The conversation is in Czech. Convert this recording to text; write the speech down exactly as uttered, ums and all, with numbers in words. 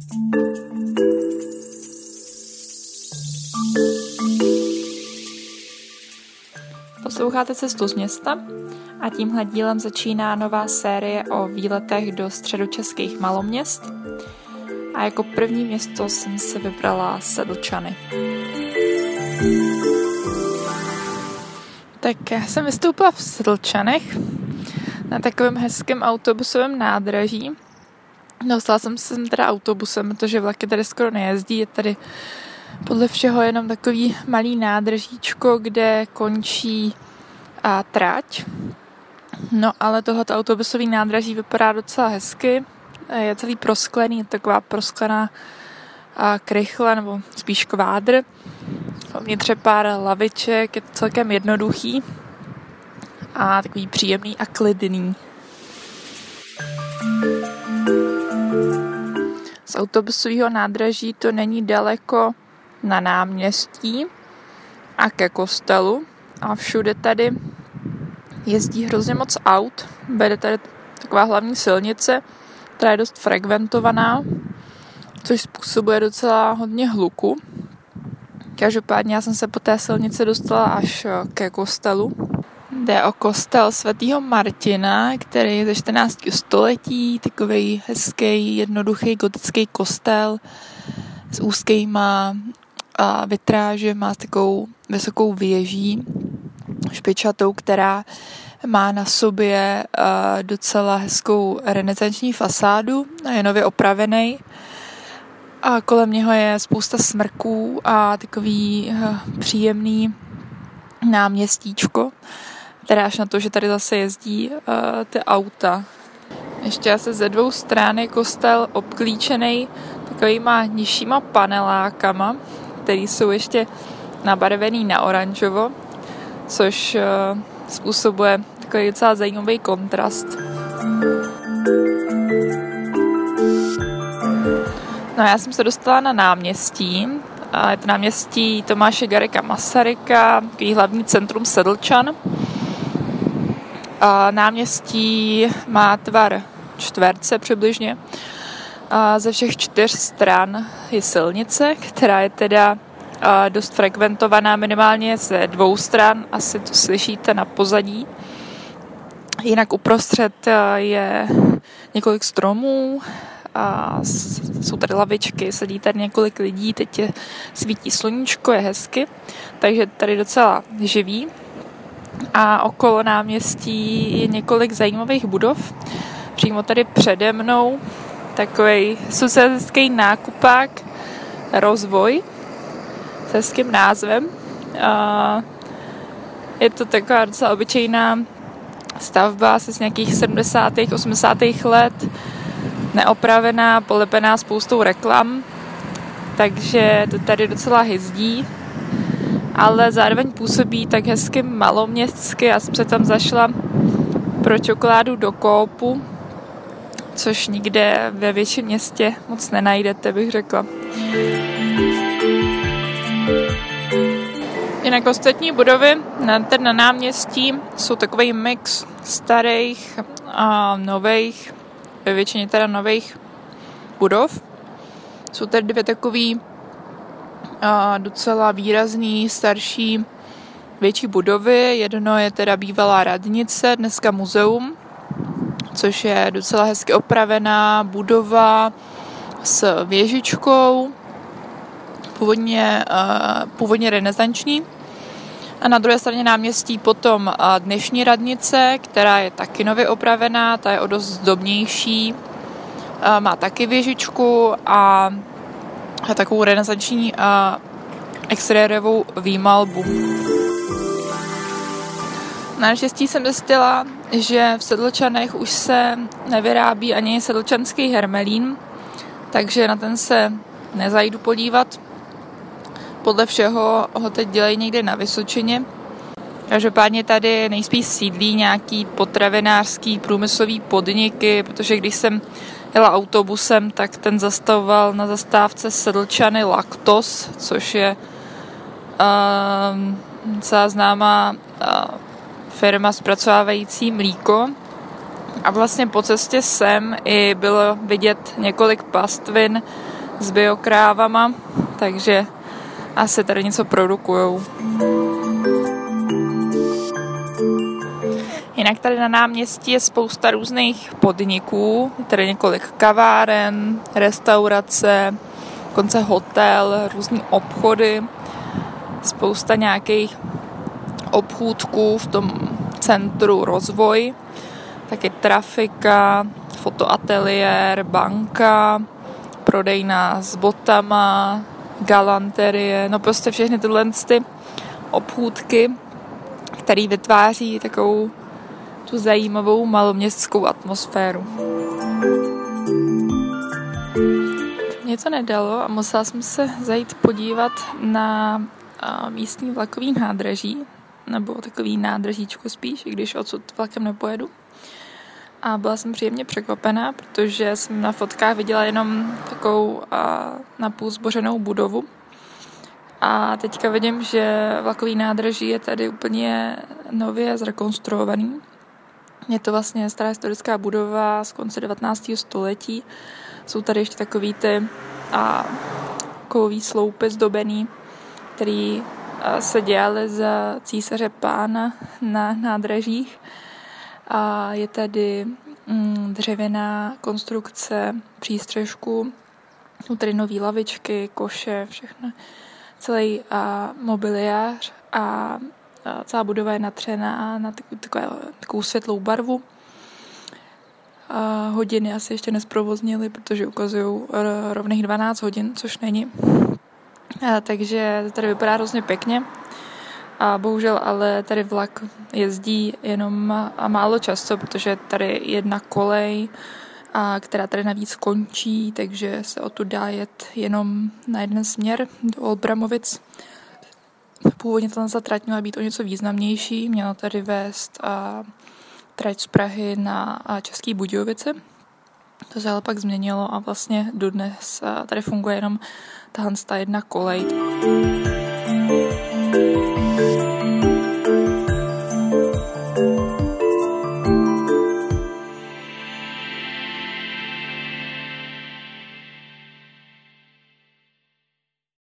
Posloucháte Cestu z města a tímhle dílem začíná nová série o výletech do středočeských maloměst. A jako první město jsem si vybrala Sedlčany. Tak já jsem vystoupila v Sedlčanech na takovém hezkém autobusovém nádraží. Dostala jsem se teda autobusem, protože vlaky tady skoro nejezdí. Je tady podle všeho jenom takový malý nádražíčko, kde končí a trať. No ale tohleto autobusový nádraží vypadá docela hezky. Je celý prosklený, je taková prosklená krychle, nebo spíš kvádr. Vnitř je pár laviček, je to celkem jednoduchý a takový příjemný a klidný. Z autobusového nádraží to není daleko na náměstí a ke kostelu a všude tady jezdí hrozně moc aut. Vede tady taková hlavní silnice, která je dost frekventovaná, což způsobuje docela hodně hluku. Každopádně já jsem se po té silnici dostala až ke kostelu. Jde o kostel svatého Martina, který je ze čtrnáctého století, takový hezký, jednoduchý gotický kostel s úzkýma vitrážema, s takovou vysokou věží špičatou, která má na sobě docela hezkou renesanční fasádu a je nově opravený. A kolem něho je spousta smrků a takový příjemný náměstíčko. Teda až na to, že tady zase jezdí uh, ty auta. Ještě se ze dvou stran je kostel obklíčený takovýma nižšíma panelákama, který jsou ještě nabarvený na oranžovo, což uh, způsobuje takový docela zajímavý kontrast. No já jsem se dostala na náměstí. A je to náměstí Tomáše Garrigua Masaryka, takový hlavní centrum Sedlčan. A náměstí má tvar čtverce přibližně. A ze všech čtyř stran je silnice, která je teda dost frekventovaná minimálně ze dvou stran. Asi to slyšíte na pozadí. Jinak uprostřed je několik stromů. A jsou tady lavičky, sedí tady několik lidí, teď je svítí sluníčko, je hezky, takže tady docela živý. A okolo náměstí je několik zajímavých budov. Přímo tady přede mnou takový socialistický nákupák Rozvoj s hezkým názvem. A je to taková docela obyčejná stavba asi z nějakých sedmdesátých osmdesátých let, neopravená, polepená spoustou reklam, takže to tady docela hyzdí, ale zároveň působí tak hezky maloměstsky. Já jsem se tam zašla pro čokoládu do Coopu, což nikde ve větším městě moc nenajdete, bych řekla. Jinak ostatní budovy na, na náměstí jsou takový mix starých a nových, ve většině teda nových budov. Jsou tady dvě takový a, docela výrazný, starší, větší budovy. Jedno je teda bývalá radnice, dneska muzeum, což je docela hezky opravená budova s věžičkou, původně, a, původně renesanční. A na druhé straně náměstí potom dnešní radnice, která je taky nově opravená, ta je o dost zdobnější, má taky věžičku a takovou renesanční exteriérovou výmalbu. Naštěstí jsem zjistila, že v Sedlčanech už se nevyrábí ani sedlčanský hermelín, takže na ten se nezajdu podívat. Podle všeho ho teď dělají někde na Vysočině. Každopádně tady nejspíš sídlí nějaký potravinářský průmyslový podniky, protože když jsem jela autobusem, tak ten zastavoval na zastávce Sedlčany Lactos, což je uh, celá známá uh, firma zpracovávající mlíko. A vlastně po cestě sem i bylo vidět několik pastvin s biokrávama, takže asi tady něco produkujou. Jinak tady na náměstí je spousta různých podniků, je tady několik kaváren, restaurace, dokonce hotel, různý obchody, spousta nějakých obchůdků v tom centru Rozvoj, taky trafika, fotoateliér, banka, prodejna s botama, galanterie, no prostě všechny tyhle ty obchůdky, které vytváří takovou tu zajímavou maloměstskou atmosféru. Mně to nedalo a musela jsem se zajít podívat na místní vlakový nádraží, nebo takový nádražíčko spíš, i když odsud vlakem nepojedu. A byla jsem příjemně překvapená, protože jsem na fotkách viděla jenom takovou napůl zbořenou budovu. A teďka vidím, že vlakový nádraží je tady úplně nově zrekonstruovaný. Je to vlastně stará historická budova z konce devatenáctého století. Jsou tady ještě takový ty a, kovový sloupy zdobený, který a, se dělaly za císaře pána na nádražích. A je tady mm, dřevěná konstrukce přístřežku, jsou tady nový lavičky, koše, všechno, celý a, mobiliář a, a celá budova je natřená na takovou, takovou, takovou světlou barvu. A hodiny asi ještě nesprovoznili, protože ukazují rovných dvanáct hodin, což není. A, takže tady vypadá hrozně pěkně. A bohužel ale tady vlak jezdí jenom a málo často, protože tady jedna kolej, a která tady navíc končí, takže se odtud dá jet jenom na jeden směr do Olbramovic. Původně ta trať měla být o něco významnější, měla tady vést a trať z Prahy na České Budějovice. To se ale pak změnilo a vlastně dodnes tady funguje jenom tahle jedna kolej.